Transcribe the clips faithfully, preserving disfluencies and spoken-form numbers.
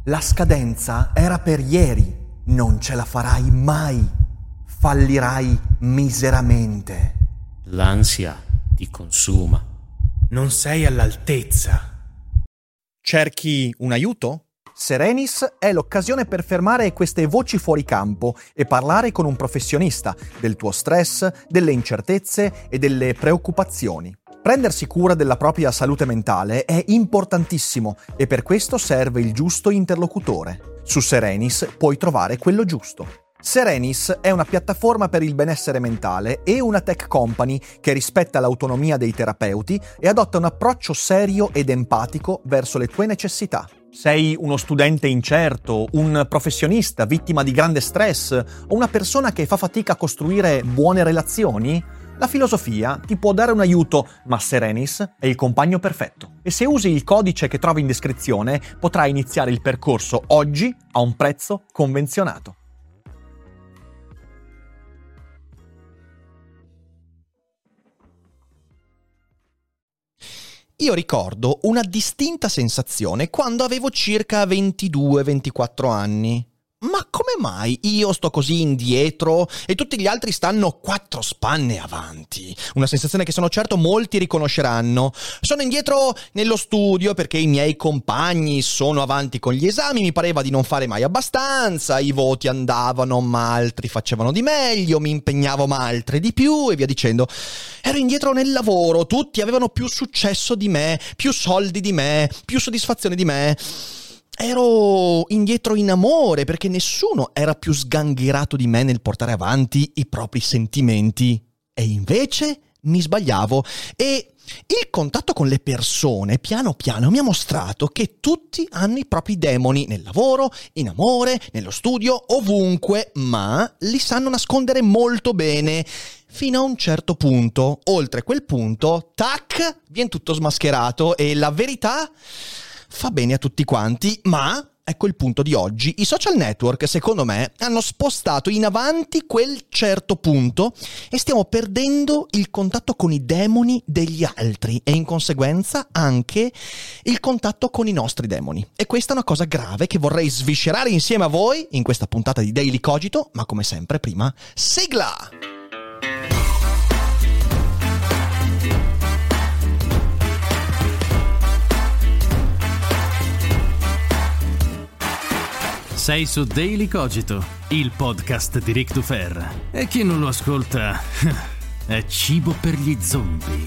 La scadenza era per ieri, non ce la farai mai. Fallirai miseramente. L'ansia ti consuma. Non sei all'altezza. Cerchi un aiuto? Serenis è l'occasione per fermare queste voci fuori campo e parlare con un professionista del tuo stress, delle incertezze e delle preoccupazioni. Prendersi cura della propria salute mentale è importantissimo e per questo serve il giusto interlocutore. Su Serenis puoi trovare quello giusto. Serenis è una piattaforma per il benessere mentale e una tech company che rispetta l'autonomia dei terapeuti e adotta un approccio serio ed empatico verso le tue necessità. Sei uno studente incerto, un professionista vittima di grande stress o una persona che fa fatica a costruire buone relazioni? La filosofia ti può dare un aiuto, ma Serenis è il compagno perfetto. E se usi il codice che trovi in descrizione, potrai iniziare il percorso oggi a un prezzo convenzionato. Io ricordo una distinta sensazione quando avevo circa ventidue ventiquattro anni. Ma come mai io sto così indietro e tutti gli altri stanno quattro spanne avanti? Una sensazione che sono certo molti riconosceranno. Sono indietro nello studio perché i miei compagni sono avanti con gli esami, mi pareva di non fare mai abbastanza, i voti andavano ma altri facevano di meglio, mi impegnavo ma altri di più e via dicendo. Ero indietro nel lavoro, tutti avevano più successo di me, più soldi di me, più soddisfazione di me. Ero indietro in amore perché nessuno era più sgangherato di me nel portare avanti i propri sentimenti. E invece mi sbagliavo e il contatto con le persone piano piano mi ha mostrato che tutti hanno i propri demoni nel lavoro, in amore, nello studio, ovunque, ma li sanno nascondere molto bene. Fino a un certo punto. Oltre quel punto, tac, viene tutto smascherato e la verità fa bene a tutti quanti, ma ecco il punto di oggi. I social network, secondo me, hanno spostato in avanti quel certo punto e stiamo perdendo il contatto con i demoni degli altri e in conseguenza anche il contatto con i nostri demoni. E questa è una cosa grave che vorrei sviscerare insieme a voi in questa puntata di Daily Cogito, ma come sempre prima, sigla! Sei su Daily Cogito, il podcast di Ric Dufer. E chi non lo ascolta è cibo per gli zombie.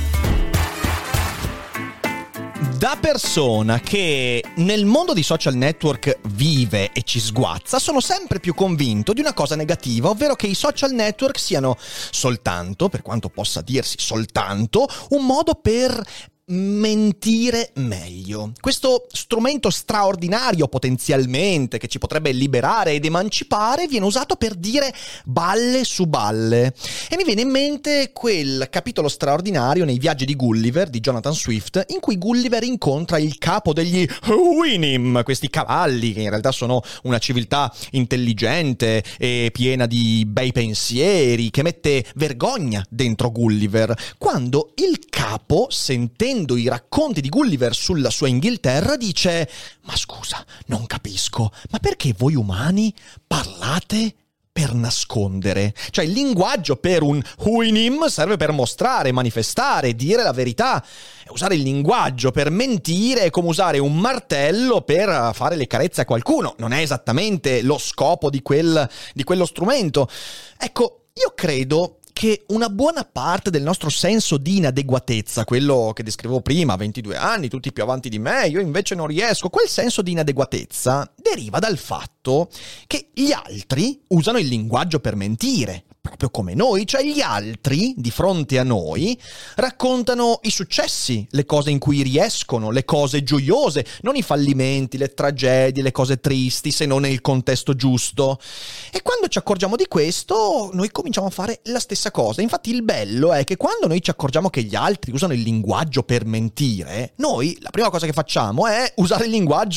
Da persona che nel mondo di social network vive e ci sguazza, sono sempre più convinto di una cosa negativa, ovvero che i social network siano soltanto, per quanto possa dirsi soltanto, un modo per mentire meglio. Questo strumento straordinario potenzialmente che ci potrebbe liberare ed emancipare viene usato per dire balle su balle. E mi viene in mente quel capitolo straordinario nei Viaggi di Gulliver di Jonathan Swift in cui Gulliver incontra il capo degli Huinim, questi cavalli che in realtà sono una civiltà intelligente e piena di bei pensieri che mette vergogna dentro Gulliver, quando il capo, sentendo i racconti di Gulliver sulla sua Inghilterra, dice: ma scusa, non capisco, ma perché voi umani parlate per nascondere? Cioè il linguaggio per un Huinim serve per mostrare, manifestare, dire la verità. E usare il linguaggio per mentire è come usare un martello per fare le carezze a qualcuno. Non è esattamente lo scopo di quel, di quello strumento. Ecco, io credo che una buona parte del nostro senso di inadeguatezza, quello che descrivevo prima, ventidue anni, tutti più avanti di me, io invece non riesco, quel senso di inadeguatezza deriva dal fatto che gli altri usano il linguaggio per mentire, proprio come noi, cioè gli altri, di fronte a noi, raccontano i successi, le cose in cui riescono, le cose gioiose, non i fallimenti, le tragedie, le cose tristi, se non nel contesto giusto. E quando ci accorgiamo di questo, noi cominciamo a fare la stessa cosa. Infatti il bello è che quando noi ci accorgiamo che gli altri usano il linguaggio per mentire, noi la prima cosa che facciamo è usare il linguaggio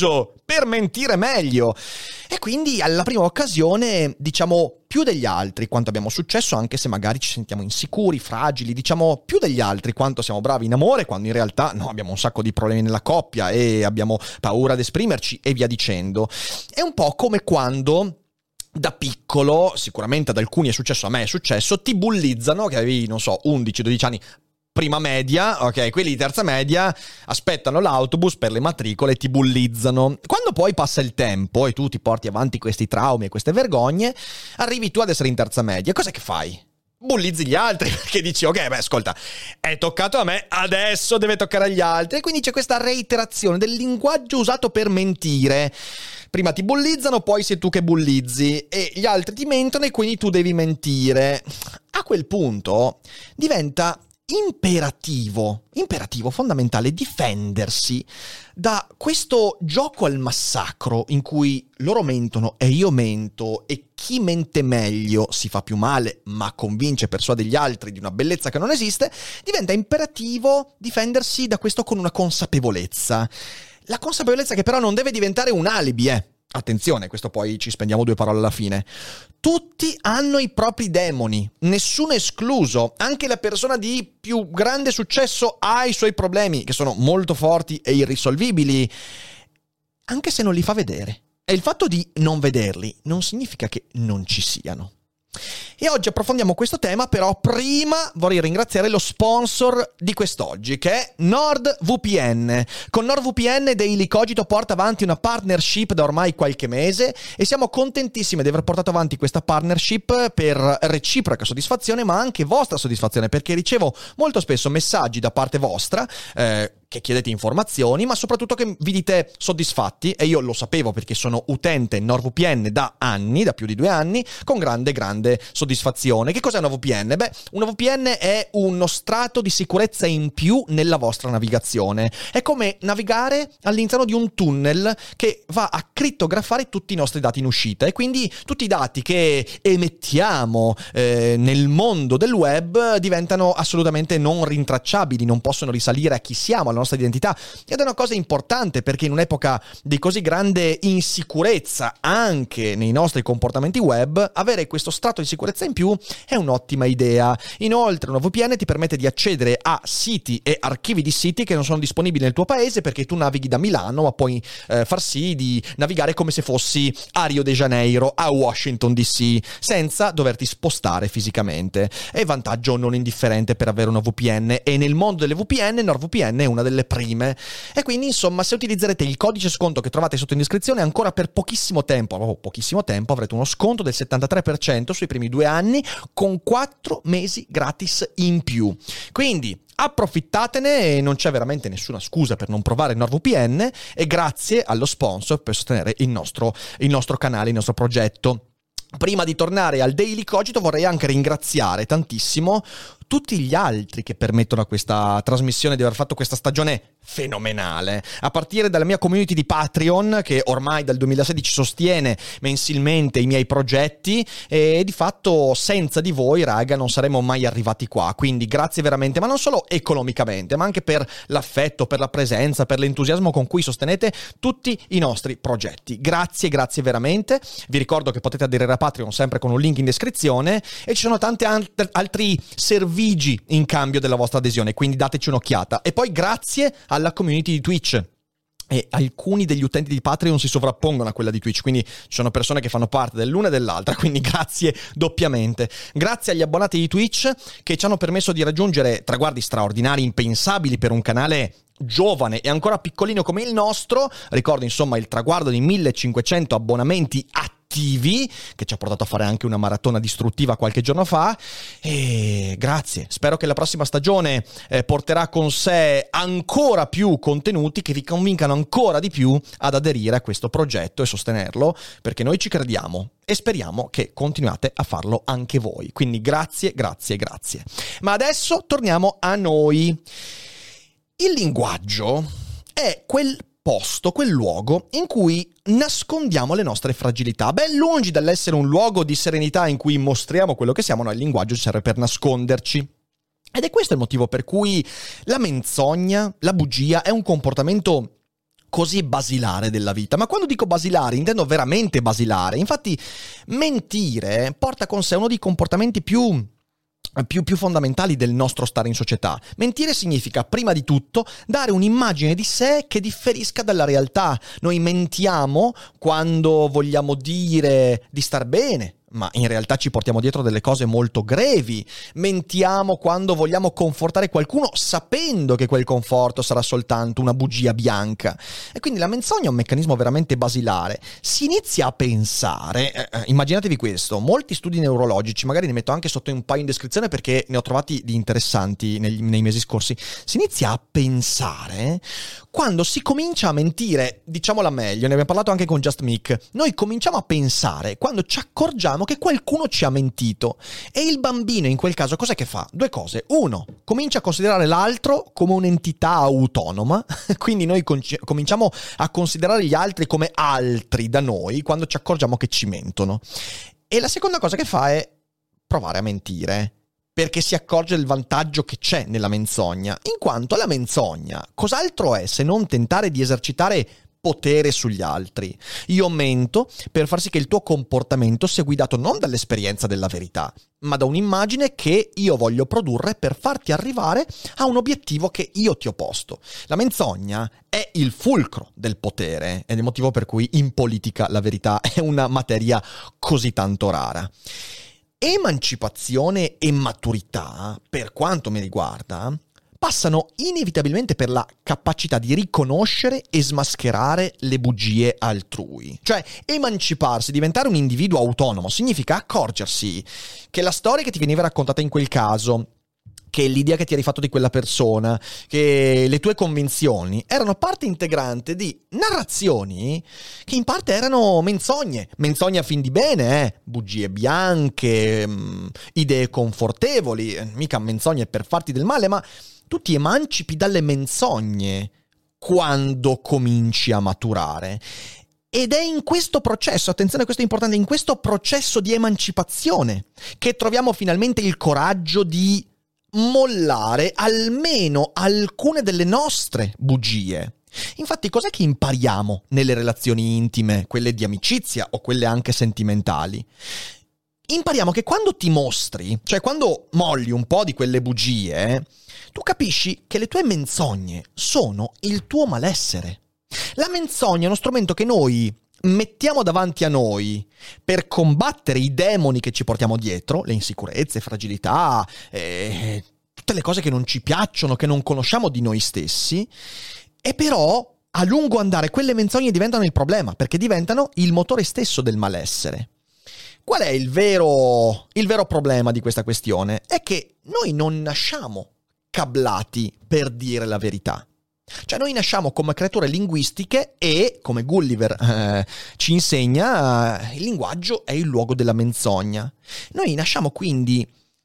per mentire meglio. E quindi alla prima occasione diciamo più degli altri quanto abbiamo successo, anche se magari ci sentiamo insicuri, fragili, diciamo più degli altri quanto siamo bravi in amore, quando in realtà no, abbiamo un sacco di problemi nella coppia e abbiamo paura ad esprimerci e via dicendo. È un po' come quando da piccolo, sicuramente ad alcuni è successo, a me è successo, ti bullizzano, che avevi, non so, undici dodici anni, prima media, ok, quelli di terza media aspettano l'autobus per le matricole e ti bullizzano. Quando poi passa il tempo e tu ti porti avanti questi traumi e queste vergogne, arrivi tu ad essere in terza media, cos'è che fai? Bullizzi gli altri, perché dici ok, beh ascolta, è toccato a me, adesso deve toccare agli altri. E quindi c'è questa reiterazione del linguaggio usato per mentire. Prima ti bullizzano, poi sei tu che bullizzi e gli altri ti mentono e quindi tu devi mentire. A quel punto diventa imperativo, imperativo, fondamentale difendersi da questo gioco al massacro in cui loro mentono e io mento e chi mente meglio si fa più male ma convince e persuade gli altri di una bellezza che non esiste. Diventa imperativo difendersi da questo con una consapevolezza. La consapevolezza che però non deve diventare un alibi, eh. Attenzione, questo poi ci spendiamo due parole alla fine. Tutti hanno i propri demoni, nessuno escluso. Anche la persona di più grande successo ha i suoi problemi, che sono molto forti e irrisolvibili, anche se non li fa vedere. E il fatto di non vederli non significa che non ci siano. E oggi approfondiamo questo tema, però prima vorrei ringraziare lo sponsor di quest'oggi, che è NordVPN. Con NordVPN Daily Cogito porta avanti una partnership da ormai qualche mese e siamo contentissimi di aver portato avanti questa partnership per reciproca soddisfazione, ma anche vostra soddisfazione, perché ricevo molto spesso messaggi da parte vostra eh, che chiedete informazioni, ma soprattutto che vi dite soddisfatti, e io lo sapevo perché sono utente NordVPN da anni, da più di due anni, con grande grande soddisfazione. Che cos'è una V P N? Beh, una V P N è uno strato di sicurezza in più nella vostra navigazione. È come navigare all'interno di un tunnel che va a crittografare tutti i nostri dati in uscita, e quindi tutti i dati che emettiamo eh, nel mondo del web diventano assolutamente non rintracciabili, non possono risalire a chi siamo, alla nostra identità. Ed è una cosa importante, perché in un'epoca di così grande insicurezza anche nei nostri comportamenti web, avere questo strato di sicurezza in più è un'ottima idea. Inoltre una V P N ti permette di accedere a siti e archivi di siti che non sono disponibili nel tuo paese, perché tu navighi da Milano, ma puoi eh, far sì di navigare come se fossi a Rio de Janeiro, a Washington D C, senza doverti spostare fisicamente. È vantaggio non indifferente per avere una V P N, e nel mondo delle V P N NordVPN è una delle prime. E quindi insomma, se utilizzerete il codice sconto che trovate sotto in descrizione, ancora per pochissimo tempo, proprio pochissimo tempo, avrete uno sconto del settantatré per cento sui primi due anni, con quattro mesi gratis in più. Quindi approfittatene, e non c'è veramente nessuna scusa per non provare NordVPN, e grazie allo sponsor per sostenere il nostro, il nostro canale, il nostro progetto. Prima di tornare al Daily Cogito vorrei anche ringraziare tantissimo tutti gli altri che permettono a questa trasmissione di aver fatto questa stagione fenomenale, a partire dalla mia community di Patreon, che ormai dal duemilasedici sostiene mensilmente i miei progetti, e di fatto senza di voi, raga, non saremmo mai arrivati qua. Quindi grazie veramente, ma non solo economicamente, ma anche per l'affetto, per la presenza, per l'entusiasmo con cui sostenete tutti i nostri progetti. Grazie, grazie veramente. Vi ricordo che potete aderire a Patreon sempre con un link in descrizione, e ci sono tanti alt- altri servizi in cambio della vostra adesione, quindi dateci un'occhiata. E poi grazie alla community di Twitch, e alcuni degli utenti di Patreon si sovrappongono a quella di Twitch, quindi ci sono persone che fanno parte dell'una e dell'altra, quindi grazie doppiamente. Grazie agli abbonati di Twitch, che ci hanno permesso di raggiungere traguardi straordinari, impensabili per un canale giovane e ancora piccolino come il nostro. Ricordo insomma il traguardo di millecinquecento abbonamenti attivi, che ci ha portato a fare anche una maratona distruttiva qualche giorno fa. E grazie, spero che la prossima stagione eh, porterà con sé ancora più contenuti che vi convincano ancora di più ad aderire a questo progetto e sostenerlo, perché noi ci crediamo e speriamo che continuate a farlo anche voi. Quindi grazie, grazie, grazie. Ma adesso torniamo a noi. Il linguaggio è quel posto, quel luogo in cui nascondiamo le nostre fragilità. Beh, lungi dall'essere un luogo di serenità in cui mostriamo quello che siamo, no, il linguaggio ci serve per nasconderci. Ed è questo il motivo per cui la menzogna, la bugia è un comportamento così basilare della vita. Ma quando dico basilare intendo veramente basilare. Infatti mentire porta con sé uno dei comportamenti più Più, più fondamentali del nostro stare in società. Mentire significa, prima di tutto, dare un'immagine di sé che differisca dalla realtà. Noi mentiamo quando vogliamo dire di star bene, ma in realtà ci portiamo dietro delle cose molto grevi. Mentiamo quando vogliamo confortare qualcuno sapendo che quel conforto sarà soltanto una bugia bianca. E quindi la menzogna è un meccanismo veramente basilare. Si inizia a pensare, eh, immaginatevi questo, molti studi neurologici, magari ne metto anche sotto un paio in descrizione perché ne ho trovati di interessanti negli, nei mesi scorsi, si inizia a pensare quando si comincia a mentire, diciamola meglio, ne abbiamo parlato anche con Just Mick, noi cominciamo a pensare quando ci accorgiamo che qualcuno ci ha mentito. E il bambino in quel caso cos'è che fa? Due cose. Uno, comincia a considerare l'altro come un'entità autonoma, quindi noi con- cominciamo a considerare gli altri come altri da noi quando ci accorgiamo che ci mentono. E la seconda cosa che fa è provare a mentire, perché si accorge del vantaggio che c'è nella menzogna, in quanto la menzogna cos'altro è se non tentare di esercitare potere sugli altri. Io mento per far sì che il tuo comportamento sia guidato non dall'esperienza della verità, ma da un'immagine che io voglio produrre per farti arrivare a un obiettivo che io ti ho posto. La menzogna è il fulcro del potere ed è il motivo per cui in politica la verità è una materia così tanto rara. Emancipazione e maturità, per quanto mi riguarda, passano inevitabilmente per la capacità di riconoscere e smascherare le bugie altrui. Cioè, emanciparsi, diventare un individuo autonomo, significa accorgersi che la storia che ti veniva raccontata in quel caso, che l'idea che ti eri fatto di quella persona, che le tue convinzioni erano parte integrante di narrazioni che in parte erano menzogne, menzogne a fin di bene, eh? bugie bianche, mh, idee confortevoli, mica menzogne per farti del male, ma tu ti emancipi dalle menzogne quando cominci a maturare. Ed è in questo processo, attenzione, questo è importante, in questo processo di emancipazione che troviamo finalmente il coraggio di mollare almeno alcune delle nostre bugie. Infatti, cos'è che impariamo nelle relazioni intime, quelle di amicizia o quelle anche sentimentali? Impariamo che quando ti mostri, cioè quando molli un po' di quelle bugie, tu capisci che le tue menzogne sono il tuo malessere. La menzogna è uno strumento che noi mettiamo davanti a noi per combattere i demoni che ci portiamo dietro, le insicurezze, fragilità, eh, tutte le cose che non ci piacciono, che non conosciamo di noi stessi, e però a lungo andare quelle menzogne diventano il problema, perché diventano il motore stesso del malessere. Qual è il vero, il vero problema di questa questione? È che noi non nasciamo cablati per dire la verità. Cioè noi nasciamo come creature linguistiche e, come Gulliver eh, ci insegna, il linguaggio è il luogo della menzogna. Noi nasciamo quindi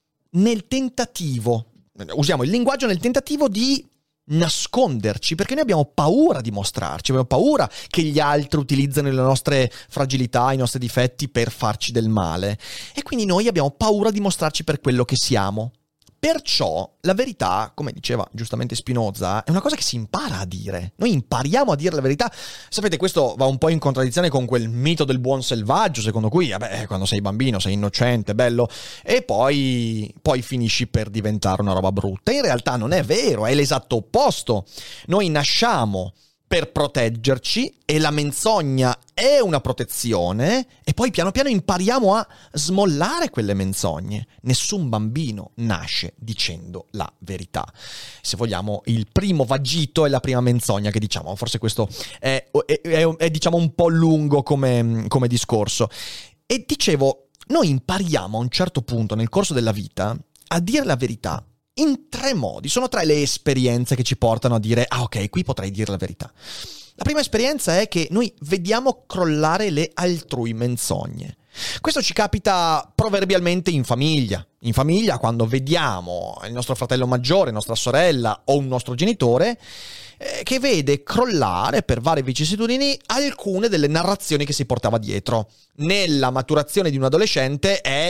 nel tentativo, usiamo il linguaggio nel tentativo di nasconderci, perché noi abbiamo paura di mostrarci, abbiamo paura che gli altri utilizzano le nostre fragilità, i nostri difetti per farci del male, e quindi noi abbiamo paura di mostrarci per quello che siamo. Perciò la verità, come diceva giustamente Spinoza, è una cosa che si impara a dire. Noi impariamo a dire la verità. Sapete, questo va un po' in contraddizione con quel mito del buon selvaggio, secondo cui, vabbè, quando sei bambino sei innocente, bello, e poi, poi finisci per diventare una roba brutta. In realtà non è vero, è l'esatto opposto. Noi nasciamo per proteggerci e la menzogna è una protezione, e poi piano piano impariamo a smollare quelle menzogne. Nessun bambino nasce dicendo la verità. Se vogliamo, il primo vagito è la prima menzogna che diciamo. Forse questo è, è, è, è diciamo un po' lungo come, come discorso. E dicevo, noi impariamo a un certo punto nel corso della vita a dire la verità in tre modi. Sono tre le esperienze che ci portano a dire: ah, ok, qui potrei dire la verità. La prima esperienza è che noi vediamo crollare le altrui menzogne. Questo ci capita proverbialmente in famiglia. In famiglia, quando vediamo il nostro fratello maggiore, nostra sorella o un nostro genitore eh, che vede crollare per varie vicissitudini alcune delle narrazioni che si portava dietro. Nella maturazione di un adolescente è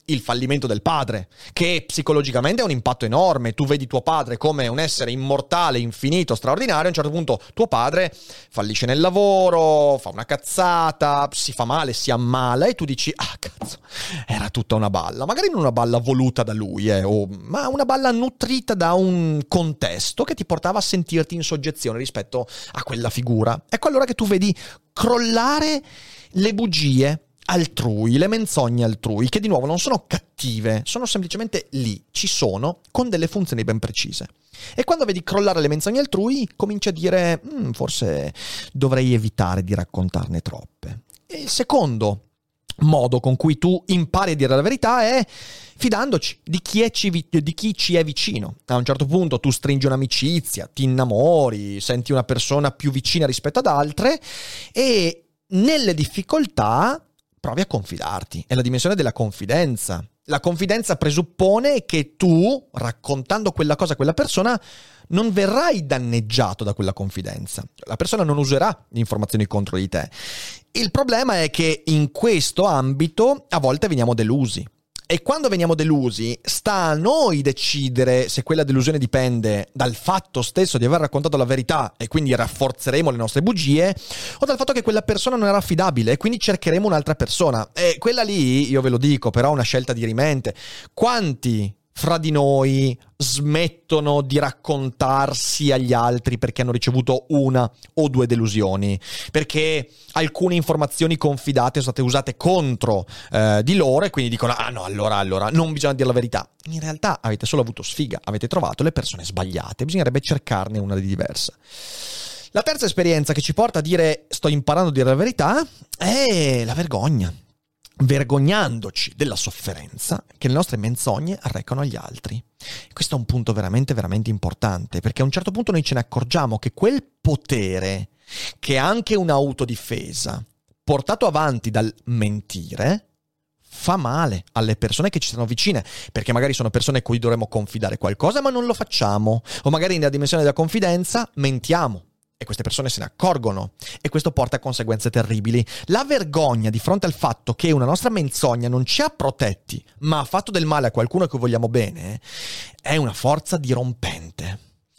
il fallimento del padre, che psicologicamente ha un impatto enorme. Tu vedi tuo padre come un essere immortale, infinito, straordinario, a un certo punto tuo padre fallisce nel lavoro, fa una cazzata, si fa male, si ammala e tu dici, ah cazzo, era tutta una balla. Magari non una balla voluta da lui, eh, o, ma una balla nutrita da un contesto che ti portava a sentirti in soggezione rispetto a quella figura. Ecco allora che tu vedi crollare le bugie altrui, le menzogne altrui, che di nuovo non sono cattive, sono semplicemente lì, ci sono, con delle funzioni ben precise. E quando vedi crollare le menzogne altrui, cominci a dire, mm, forse dovrei evitare di raccontarne troppe. E il secondo modo con cui tu impari a dire la verità è fidandoci di chi, è ci, di chi ci è vicino. A un certo punto tu stringi un'amicizia, ti innamori, senti una persona più vicina rispetto ad altre e nelle difficoltà provi a confidarti. È la dimensione della confidenza. La confidenza presuppone che tu, raccontando quella cosa a quella persona, non verrai danneggiato da quella confidenza. La persona non userà informazioni contro di te. Il problema è che in questo ambito a volte veniamo delusi. E quando veniamo delusi, sta a noi decidere se quella delusione dipende dal fatto stesso di aver raccontato la verità e quindi rafforzeremo le nostre bugie, o dal fatto che quella persona non era affidabile e quindi cercheremo un'altra persona. E quella lì, io ve lo dico, però è una scelta dirimente. Quanti fra di noi smettono di raccontarsi agli altri perché hanno ricevuto una o due delusioni, perché alcune informazioni confidate sono state usate contro eh, di loro e quindi dicono ah no, allora, allora non bisogna dire la verità. In realtà avete solo avuto sfiga, avete trovato le persone sbagliate, bisognerebbe cercarne una di diversa. La terza esperienza che ci porta a dire sto imparando a dire la verità è la vergogna. Vergognandoci della sofferenza che le nostre menzogne arrecano agli altri. Questo è un punto veramente, veramente importante, perché a un certo punto noi ce ne accorgiamo che quel potere, che è anche un'autodifesa, portato avanti dal mentire, fa male alle persone che ci stanno vicine, perché magari sono persone a cui dovremmo confidare qualcosa, ma non lo facciamo. O magari nella dimensione della confidenza mentiamo. E queste persone se ne accorgono e questo porta a conseguenze terribili. La vergogna di fronte al fatto che una nostra menzogna non ci ha protetti, ma ha fatto del male a qualcuno a cui vogliamo bene, è una forza dirompente.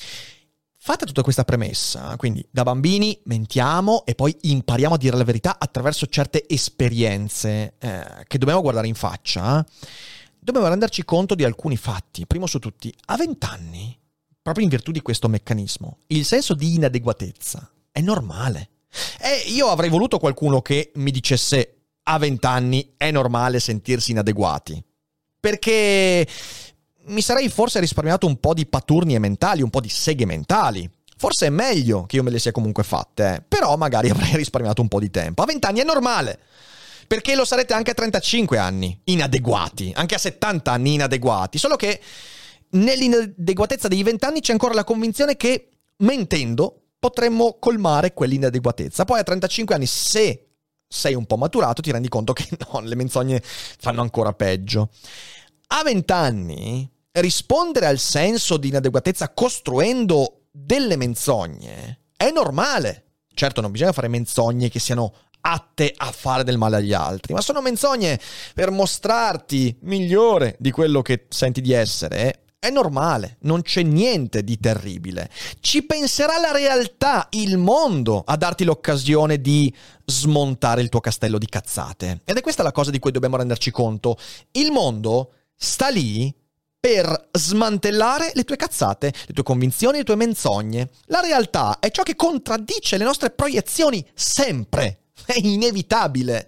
Fatta tutta questa premessa, quindi da bambini mentiamo e poi impariamo a dire la verità attraverso certe esperienze eh, che dobbiamo guardare in faccia, dobbiamo renderci conto di alcuni fatti. Primo su tutti, a vent'anni, proprio in virtù di questo meccanismo, il senso di inadeguatezza è normale. E io avrei voluto qualcuno che mi dicesse a vent'anni è normale sentirsi inadeguati, perché mi sarei forse risparmiato un po' di paturnie mentali, un po' di seghe mentali. Forse è meglio che io me le sia comunque fatte, eh? Però magari avrei risparmiato un po' di tempo. A vent'anni è normale, perché lo sarete anche a trentacinque anni, inadeguati, anche a settanta anni inadeguati, solo che nell'inadeguatezza dei vent'anni c'è ancora la convinzione che mentendo potremmo colmare quell'inadeguatezza. Poi a trentacinque anni, se sei un po' maturato, ti rendi conto che no, le menzogne fanno ancora peggio. A vent'anni rispondere al senso di inadeguatezza costruendo delle menzogne è normale. Certo, non bisogna fare menzogne che siano atte a fare del male agli altri, ma sono menzogne per mostrarti migliore di quello che senti di essere. È normale, non c'è niente di terribile. Ci penserà la realtà, il mondo, a darti l'occasione di smontare il tuo castello di cazzate. Ed è questa la cosa di cui dobbiamo renderci conto. Il mondo sta lì per smantellare le tue cazzate, le tue convinzioni, le tue menzogne. La realtà è ciò che contraddice le nostre proiezioni sempre. È inevitabile.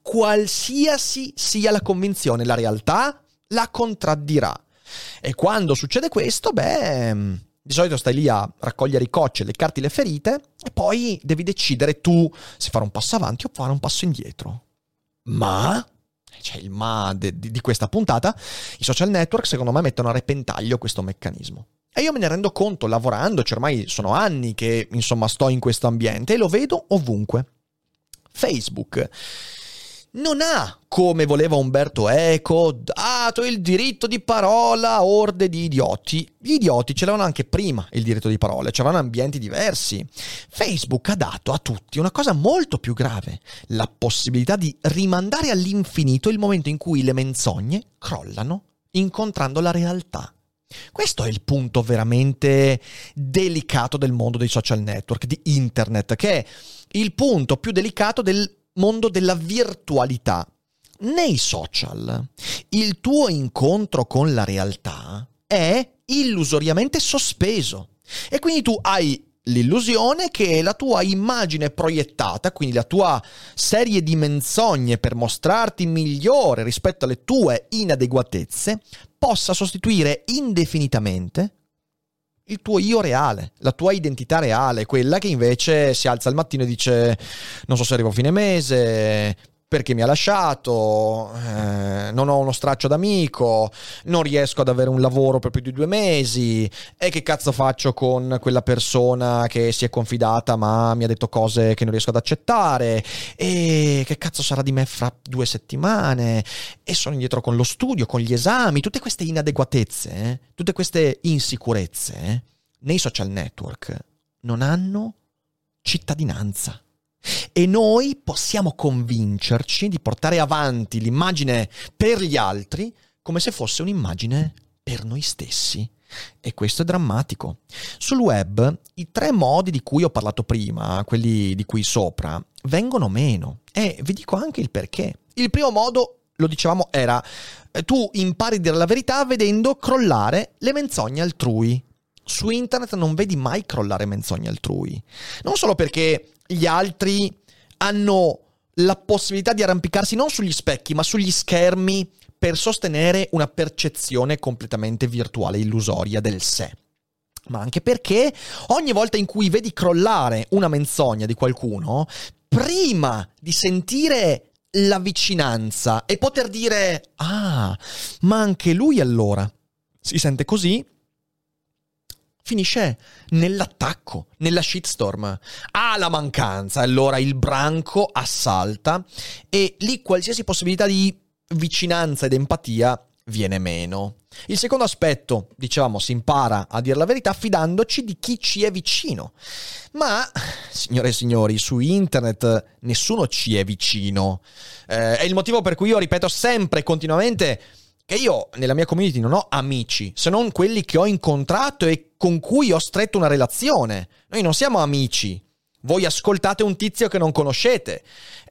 Qualsiasi sia la convinzione, la realtà la contraddirà. E quando succede questo, beh, di solito stai lì a raccogliere i cocci, leccarti le ferite e poi devi decidere tu se fare un passo avanti o fare un passo indietro. Ma, c'è il ma de, di, di questa puntata, i social network secondo me mettono a repentaglio questo meccanismo. E io me ne rendo conto lavorandoci, ormai sono anni che insomma sto in questo ambiente e lo vedo ovunque. Facebook non ha, come voleva Umberto Eco, dato il diritto di parola a orde di idioti. Gli idioti ce l'avevano anche prima il diritto di parola, c'erano ambienti diversi. Facebook ha dato a tutti una cosa molto più grave, la possibilità di rimandare all'infinito il momento in cui le menzogne crollano incontrando la realtà. Questo è il punto veramente delicato del mondo dei social network, di internet, che è il punto più delicato del mondo della virtualità. Nei social, il tuo incontro con la realtà è illusoriamente sospeso e quindi tu hai l'illusione che la tua immagine proiettata, quindi la tua serie di menzogne per mostrarti migliore rispetto alle tue inadeguatezze, possa sostituire indefinitamente il tuo io reale, la tua identità reale, quella che invece si alza al mattino e dice non so se arrivo a fine mese, perché mi ha lasciato, eh, non ho uno straccio d'amico, non riesco ad avere un lavoro per più di due mesi, e che cazzo faccio con quella persona che si è confidata ma mi ha detto cose che non riesco ad accettare, e che cazzo sarà di me fra due settimane, e sono indietro con lo studio, con gli esami, tutte queste inadeguatezze, eh, tutte queste insicurezze, eh, nei social network non hanno cittadinanza. E noi possiamo convincerci di portare avanti l'immagine per gli altri come se fosse un'immagine per noi stessi. E questo è drammatico. Sul web i tre modi di cui ho parlato prima, quelli di qui sopra, vengono meno. E vi dico anche il perché. Il primo modo, lo dicevamo, era eh, tu impari a dire la verità vedendo crollare le menzogne altrui. Su internet non vedi mai crollare menzogne altrui. Non solo perché gli altri hanno la possibilità di arrampicarsi non sugli specchi, ma sugli schermi per sostenere una percezione completamente virtuale, illusoria del sé. Ma anche perché ogni volta in cui vedi crollare una menzogna di qualcuno, prima di sentire la vicinanza e poter dire «Ah, ma anche lui allora si sente così», finisce nell'attacco, nella shitstorm. Ha la mancanza, allora il branco assalta e lì qualsiasi possibilità di vicinanza ed empatia viene meno. Il secondo aspetto, dicevamo, si impara a dire la verità fidandoci di chi ci è vicino. Ma, signore e signori, su internet nessuno ci è vicino. Eh, è il motivo per cui io ripeto sempre e continuamente che io nella mia community non ho amici, se non quelli che ho incontrato e con cui ho stretto una relazione. Noi non siamo amici. Voi ascoltate un tizio che non conoscete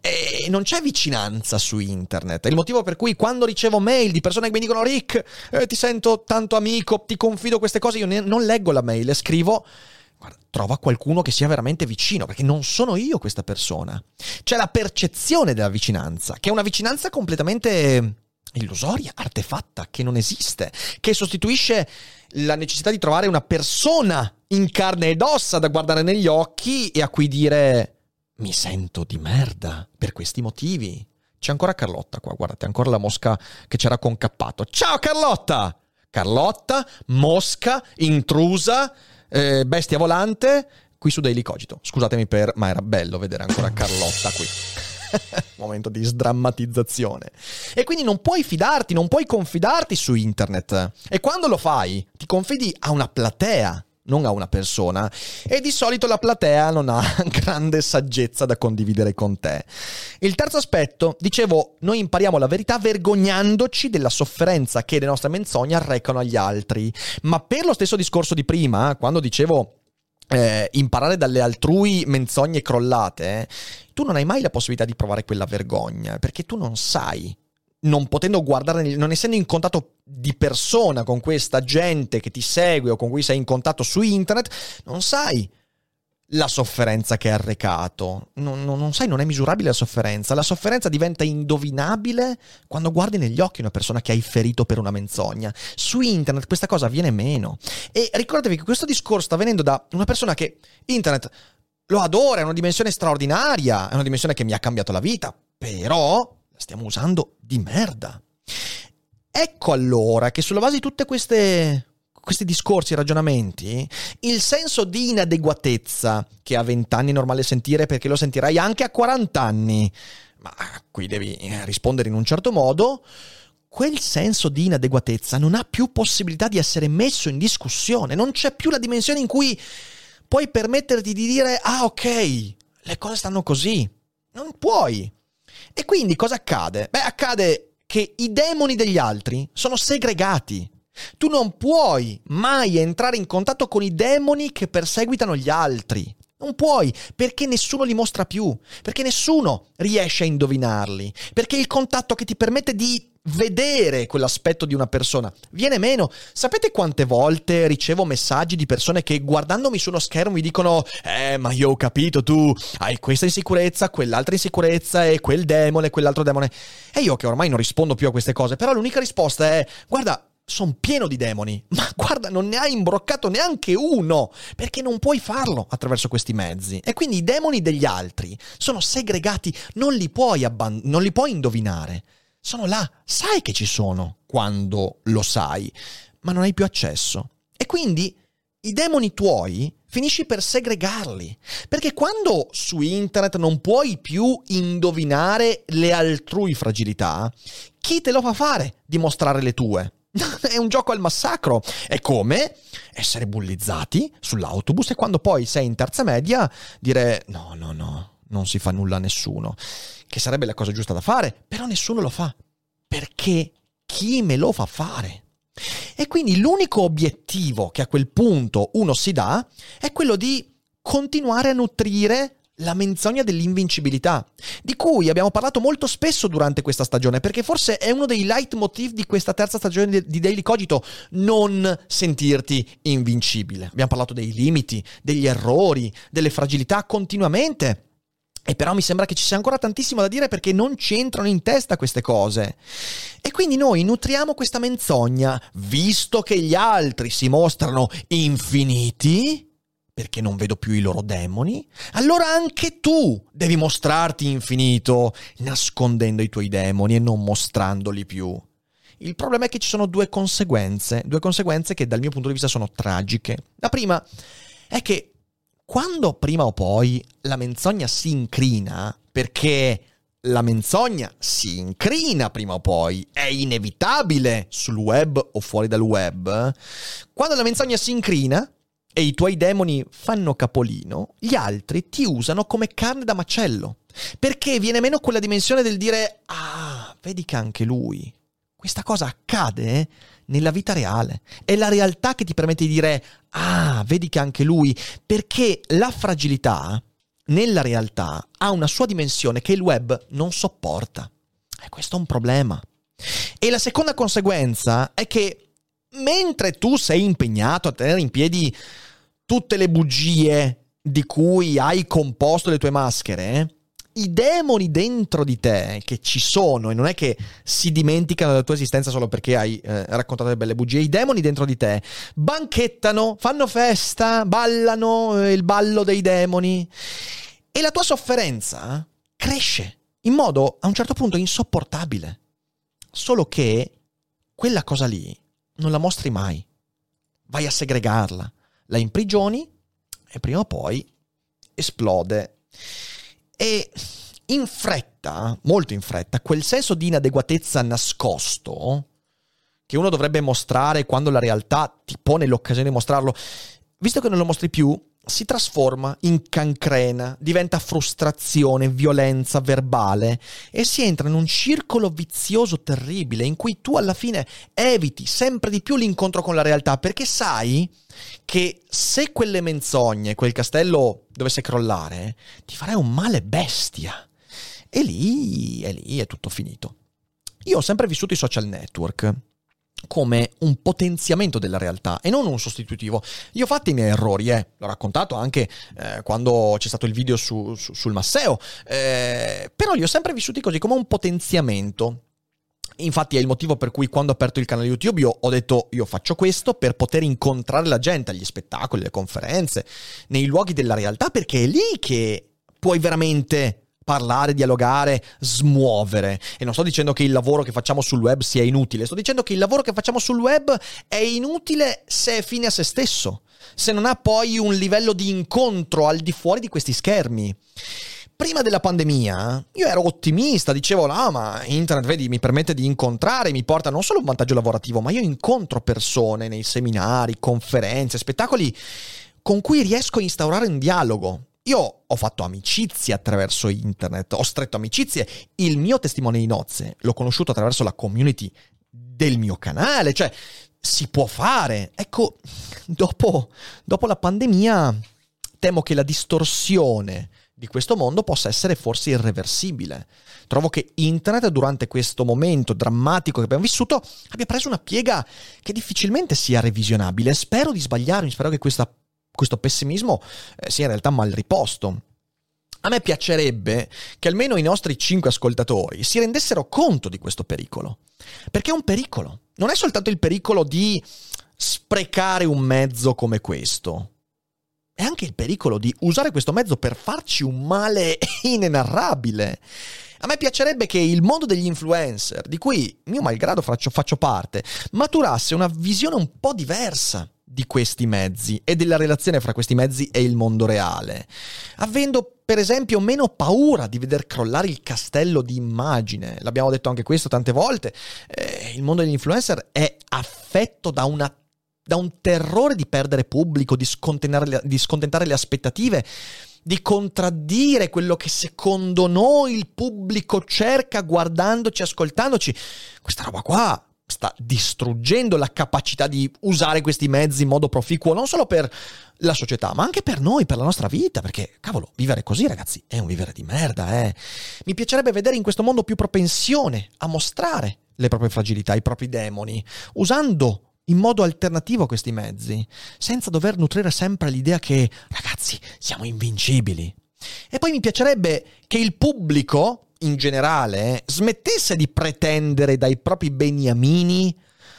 e non c'è vicinanza su internet. È il motivo per cui quando ricevo mail di persone che mi dicono Rick, eh, ti sento tanto amico, ti confido queste cose, io ne- non leggo la mail e scrivo guarda, trova qualcuno che sia veramente vicino, perché non sono io questa persona. C'è la percezione della vicinanza, che è una vicinanza completamente illusoria, artefatta, che non esiste, che sostituisce la necessità di trovare una persona in carne ed ossa da guardare negli occhi e a cui dire mi sento di merda per questi motivi. C'è ancora Carlotta qua, guardate, ancora la mosca che c'era concappato. Ciao Carlotta! Carlotta, mosca, intrusa, eh, bestia volante, qui su Daily Cogito. Scusatemi per, ma era bello vedere ancora Carlotta qui. Momento di sdrammatizzazione. E quindi non puoi fidarti, non puoi confidarti su internet. E quando lo fai, ti confidi a una platea, non a una persona. E di solito la platea non ha grande saggezza da condividere con te. Il terzo aspetto, dicevo, noi impariamo la verità vergognandoci della sofferenza che le nostre menzogne arrecano agli altri. Ma per lo stesso discorso di prima, quando dicevo Eh, imparare dalle altrui menzogne crollate, eh, tu non hai mai la possibilità di provare quella vergogna, perché tu non sai, non potendo guardare, non essendo in contatto di persona con questa gente che ti segue o con cui sei in contatto su internet, non sai la sofferenza che hai arrecato, non, non, non sai, non è misurabile la sofferenza. La sofferenza diventa indovinabile quando guardi negli occhi una persona che hai ferito per una menzogna. Su internet questa cosa avviene meno. E ricordatevi che questo discorso sta venendo da una persona che internet lo adora, è una dimensione straordinaria, è una dimensione che mi ha cambiato la vita, però la stiamo usando di merda. Ecco allora che sulla base di tutte queste questi discorsi e ragionamenti, il senso di inadeguatezza che a venti anni è normale sentire, perché lo sentirai anche a quaranta anni, ma qui devi rispondere in un certo modo, quel senso di inadeguatezza non ha più possibilità di essere messo in discussione, non c'è più la dimensione in cui puoi permetterti di dire ah ok, le cose stanno così, non puoi. E quindi cosa accade? Beh, accade che i demoni degli altri sono segregati. Tu non puoi mai entrare in contatto con i demoni che perseguitano gli altri. Non puoi, perché nessuno li mostra più, perché nessuno riesce a indovinarli, perché il contatto che ti permette di vedere quell'aspetto di una persona viene meno. Sapete quante volte ricevo messaggi di persone che guardandomi su uno schermo mi dicono eh ma io ho capito, tu hai questa insicurezza, quell'altra insicurezza e quel demone, quell'altro demone. E io che ormai non rispondo più a queste cose, però l'unica risposta è guarda, sono pieno di demoni, ma guarda, non ne hai imbroccato neanche uno, perché non puoi farlo attraverso questi mezzi. E quindi i demoni degli altri sono segregati, non li puoi abban- non li puoi indovinare. Sono là, sai che ci sono quando lo sai, ma non hai più accesso. E quindi i demoni tuoi finisci per segregarli, perché quando su internet non puoi più indovinare le altrui fragilità, chi te lo fa fare di mostrare le tue? È un gioco al massacro. È come essere bullizzati sull'autobus e quando poi sei in terza media dire no, no, no, non si fa nulla a nessuno, che sarebbe la cosa giusta da fare, però nessuno lo fa, perché chi me lo fa fare? E quindi l'unico obiettivo che a quel punto uno si dà è quello di continuare a nutrire la menzogna dell'invincibilità, di cui abbiamo parlato molto spesso durante questa stagione, perché forse è uno dei leitmotiv di questa terza stagione di Daily Cogito, non sentirti invincibile. Abbiamo parlato dei limiti, degli errori, delle fragilità continuamente. E però mi sembra che ci sia ancora tantissimo da dire perché non ci entrano in testa queste cose. E quindi noi nutriamo questa menzogna, visto che gli altri si mostrano infiniti, perché non vedo più i loro demoni, allora anche tu devi mostrarti infinito, nascondendo i tuoi demoni e non mostrandoli più. Il problema è che ci sono due conseguenze, due conseguenze che dal mio punto di vista sono tragiche. La prima è che quando prima o poi la menzogna si incrina, perché la menzogna si incrina prima o poi, è inevitabile sul web o fuori dal web, quando la menzogna si incrina e i tuoi demoni fanno capolino, gli altri ti usano come carne da macello, perché viene meno quella dimensione del dire ah, vedi che anche lui, questa cosa accade nella vita reale, è la realtà che ti permette di dire ah, vedi che anche lui, perché la fragilità nella realtà ha una sua dimensione che il web non sopporta, e questo è un problema. E la seconda conseguenza è che mentre tu sei impegnato a tenere in piedi tutte le bugie di cui hai composto le tue maschere, i demoni dentro di te che ci sono, e non è che si dimenticano della tua esistenza solo perché hai eh, raccontato le belle bugie, i demoni dentro di te banchettano, fanno festa, ballano eh, il ballo dei demoni, e la tua sofferenza cresce in modo a un certo punto insopportabile, solo che quella cosa lì non la mostri mai, vai a segregarla, la imprigioni e prima o poi esplode. E in fretta, molto in fretta, quel senso di inadeguatezza nascosto che uno dovrebbe mostrare quando la realtà ti pone l'occasione di mostrarlo, visto che non lo mostri più, si trasforma in cancrena, diventa frustrazione, violenza verbale e si entra in un circolo vizioso terribile in cui tu alla fine eviti sempre di più l'incontro con la realtà, perché sai che se quelle menzogne, quel castello dovesse crollare, ti farai un male bestia e lì, e lì è tutto finito. Io ho sempre vissuto i social network come un potenziamento della realtà e non un sostitutivo. Io ho fatto i miei errori, eh. l'ho raccontato anche eh, quando c'è stato il video su, su, sul Masseo, eh, però li ho sempre vissuti così, come un potenziamento. Infatti è il motivo per cui quando ho aperto il canale YouTube io ho detto io faccio questo per poter incontrare la gente agli spettacoli, alle conferenze, nei luoghi della realtà, perché è lì che puoi veramente parlare, dialogare, smuovere. E non sto dicendo che il lavoro che facciamo sul web sia inutile, sto dicendo che il lavoro che facciamo sul web è inutile se è fine a se stesso, se non ha poi un livello di incontro al di fuori di questi schermi. Prima della pandemia io ero ottimista, dicevo no ma internet vedi mi permette di incontrare, mi porta non solo un vantaggio lavorativo, ma io incontro persone nei seminari, conferenze, spettacoli con cui riesco a instaurare un dialogo. Io ho fatto amicizie attraverso internet, ho stretto amicizie, il mio testimone di nozze l'ho conosciuto attraverso la community del mio canale, cioè si può fare. Ecco, dopo, dopo la pandemia temo che la distorsione di questo mondo possa essere forse irreversibile. Trovo che internet durante questo momento drammatico che abbiamo vissuto abbia preso una piega che difficilmente sia revisionabile. Spero di sbagliarmi, spero che questa, questo pessimismo eh, sia in realtà mal riposto. A me piacerebbe che almeno i nostri cinque ascoltatori si rendessero conto di questo pericolo, perché è un pericolo. Non è soltanto il pericolo di sprecare un mezzo come questo, è anche il pericolo di usare questo mezzo per farci un male inenarrabile. A me piacerebbe che il mondo degli influencer, di cui mio malgrado faccio, faccio parte, maturasse una visione un po' diversa di questi mezzi e della relazione fra questi mezzi e il mondo reale, avendo per esempio meno paura di veder crollare il castello di immagine. L'abbiamo detto anche questo tante volte, eh, il mondo degli influencer è affetto da una da un terrore di perdere pubblico, di scontentare le, di scontentare le aspettative, di contraddire quello che secondo noi il pubblico cerca guardandoci, ascoltandoci. Questa roba qua sta distruggendo la capacità di usare questi mezzi in modo proficuo, non solo per la società, ma anche per noi, per la nostra vita, perché, cavolo, vivere così, ragazzi, è un vivere di merda, eh. Mi piacerebbe vedere in questo mondo più propensione a mostrare le proprie fragilità, i propri demoni, usando in modo alternativo a questi mezzi, senza dover nutrire sempre l'idea che, ragazzi, siamo invincibili. E poi mi piacerebbe che il pubblico, in generale, smettesse di pretendere dai propri beniamini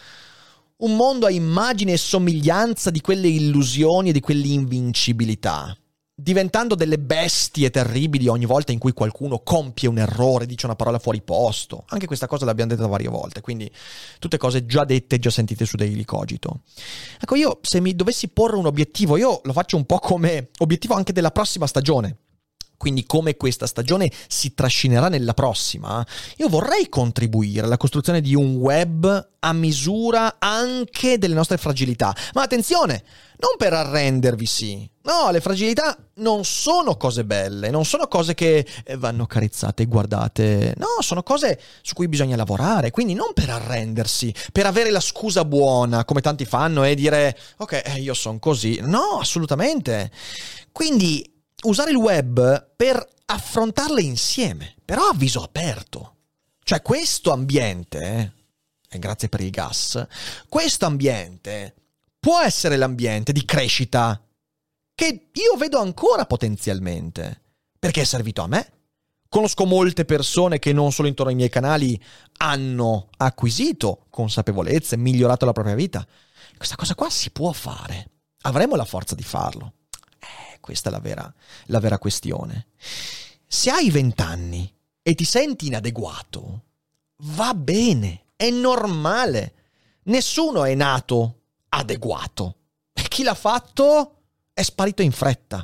un mondo a immagine e somiglianza di quelle illusioni e di quell'invincibilità, diventando delle bestie terribili ogni volta in cui qualcuno compie un errore, dice una parola fuori posto. Anche questa cosa l'abbiamo detta varie volte, quindi tutte cose già dette, già sentite su Daily Cogito. Ecco, io se mi dovessi porre un obiettivo, io lo faccio un po' come obiettivo anche della prossima stagione. Quindi come questa stagione si trascinerà nella prossima, io vorrei contribuire alla costruzione di un web a misura anche delle nostre fragilità. Ma attenzione, non per arrendervi, sì. No, le fragilità non sono cose belle, non sono cose che vanno carezzate e guardate. No, sono cose su cui bisogna lavorare, quindi non per arrendersi, per avere la scusa buona, come tanti fanno, e dire ok, io sono così. No, assolutamente. Quindi usare il web per affrontarle insieme, però a viso aperto. Cioè questo ambiente, e grazie per il gas, questo ambiente può essere l'ambiente di crescita che io vedo ancora potenzialmente, perché è servito a me. Conosco molte persone che non solo intorno ai miei canali hanno acquisito consapevolezza e migliorato la propria vita. Questa cosa qua si può fare, avremo la forza di farlo. Questa è la vera, la vera questione. Se hai vent'anni e ti senti inadeguato, va bene, è normale. Nessuno è nato adeguato. E chi l'ha fatto è sparito in fretta.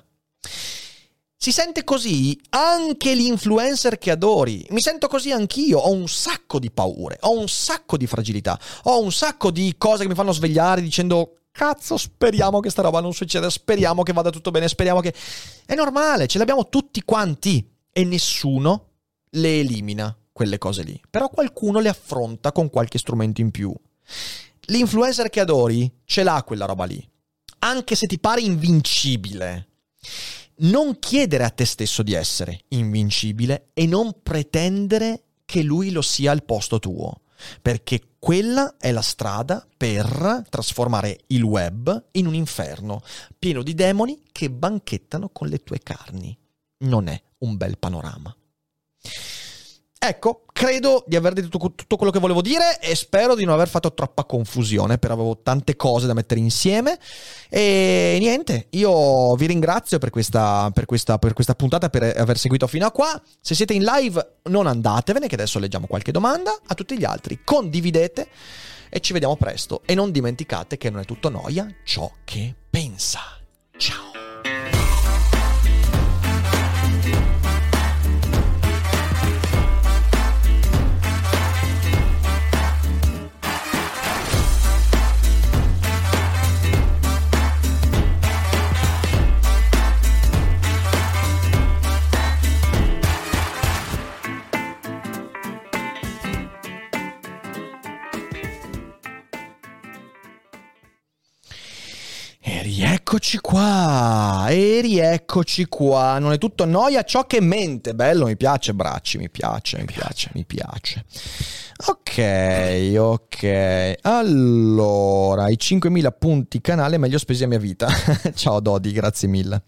Si sente così anche l'influencer che adori. Mi sento così anch'io. Ho un sacco di paure, ho un sacco di fragilità, ho un sacco di cose che mi fanno svegliare dicendo cazzo, speriamo che sta roba non succeda, speriamo che vada tutto bene, speriamo che... È normale, ce l'abbiamo tutti quanti e nessuno le elimina quelle cose lì. Però qualcuno le affronta con qualche strumento in più. L'influencer che adori ce l'ha quella roba lì. Anche se ti pare invincibile. Non chiedere a te stesso di essere invincibile e non pretendere che lui lo sia al posto tuo. Perché quella è la strada per trasformare il web in un inferno pieno di demoni che banchettano con le tue carni. Non è un bel panorama. Ecco, credo di aver detto tutto quello che volevo dire e spero di non aver fatto troppa confusione, però avevo tante cose da mettere insieme. E niente, io vi ringrazio per questa, per questa, per questa puntata, per aver seguito fino a qua. Se siete in live non andatevene, che adesso leggiamo qualche domanda. A tutti gli altri condividete e ci vediamo presto. E non dimenticate che non è tutto noia ciò che pensa. Ciao! rieccoci qua, e rieccoci qua. Non è tutto noia ciò che mente. Bello, mi piace, Bracci, mi piace, mi, mi piace, piace, mi piace. Ok, ok. Allora, i cinquemila punti canale meglio spesi a mia vita. Ciao Dodi, grazie mille.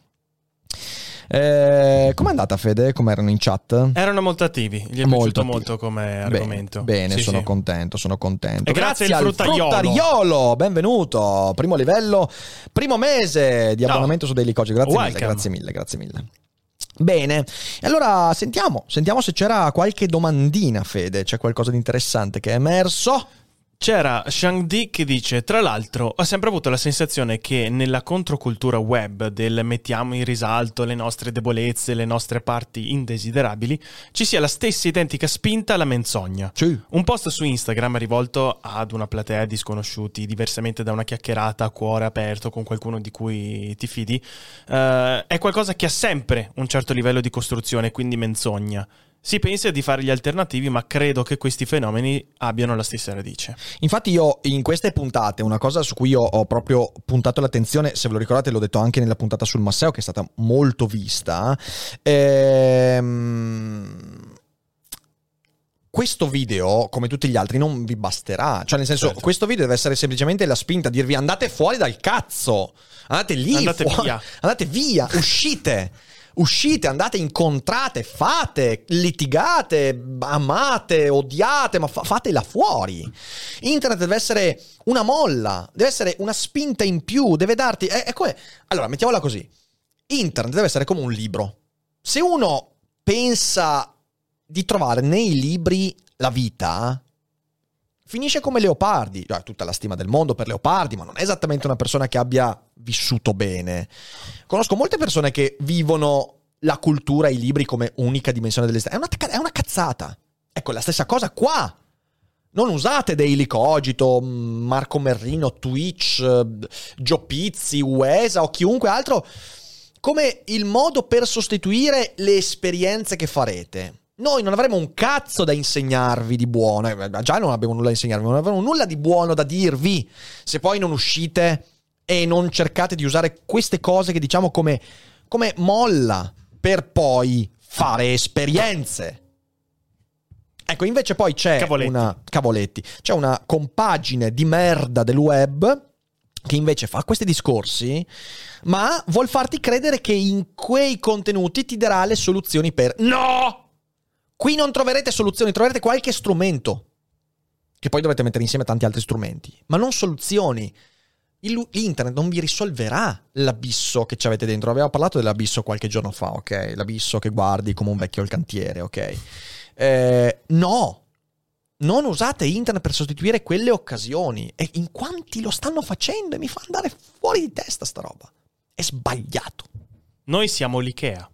Eh, com'è andata, Fede? Come erano in chat? Erano molto attivi, gli è molto piaciuto attivi. molto come Bene, argomento. Bene, sì, sono sì. contento, sono contento. E grazie, grazie al fruttaiolo. fruttaiolo, benvenuto. Primo livello, primo mese di abbonamento no. su Daily Coach. Grazie Welcome. mille, grazie mille, grazie mille. Bene, allora sentiamo, sentiamo se c'era qualche domandina, Fede. C'è qualcosa di interessante che è emerso? C'era Shang-Di che dice: tra l'altro ho sempre avuto la sensazione che nella controcultura web del mettiamo in risalto le nostre debolezze, le nostre parti indesiderabili, ci sia la stessa identica spinta alla menzogna. Sì. Un post su Instagram rivolto ad una platea di sconosciuti, diversamente da una chiacchierata a cuore aperto con qualcuno di cui ti fidi, uh, è qualcosa che ha sempre un certo livello di costruzione, quindi menzogna. Si pensa di fare gli alternativi, ma credo che questi fenomeni abbiano la stessa radice. Infatti io in queste puntate, una cosa su cui io ho proprio puntato l'attenzione, se ve lo ricordate l'ho detto anche nella puntata sul Masseo, che è stata molto vista, ehm... questo video, come tutti gli altri, non vi basterà. Cioè, nel senso, certo. questo video deve essere semplicemente la spinta a dirvi andate fuori dal cazzo, andate lì, andate fuori, via, andate via, uscite. Uscite, andate, incontrate, fate, litigate, amate, odiate, ma fa- fatela fuori. Internet deve essere una molla, deve essere una spinta in più, deve darti... È, è come... Allora, mettiamola così. Internet deve essere come un libro. Se uno pensa di trovare nei libri la vita, finisce come Leopardi. Cioè, tutta la stima del mondo per Leopardi, ma non è esattamente una persona che abbia vissuto bene. Conosco molte persone che vivono la cultura e i libri come unica dimensione dell'esistenza. È una, è una cazzata. Ecco, la stessa cosa qua. Non usate Daily Cogito, Marco Merrino, Twitch, Gio Pizzi, Uesa o chiunque altro come il modo per sostituire le esperienze che farete. Noi non avremo un cazzo da insegnarvi di buono, già non abbiamo nulla da insegnarvi, non avremo nulla di buono da dirvi se poi non uscite e non cercate di usare queste cose che diciamo come, come molla per poi fare esperienze. Ecco, invece poi c'è Cavoletti. una cavoletti, c'è una compagine di merda del web che invece fa questi discorsi, ma vuol farti credere che in quei contenuti ti darà le soluzioni per... No! Qui non troverete soluzioni, troverete qualche strumento, che poi dovete mettere insieme a tanti altri strumenti, ma non soluzioni. Il, internet non vi risolverà l'abisso che ci avete dentro. Avevamo parlato dell'abisso qualche giorno fa, ok? L'abisso che guardi come un vecchio al cantiere, ok? Eh, no! Non usate internet per sostituire quelle occasioni. E in quanti lo stanno facendo e mi fa andare fuori di testa sta roba. È sbagliato. Noi siamo l'Ikea.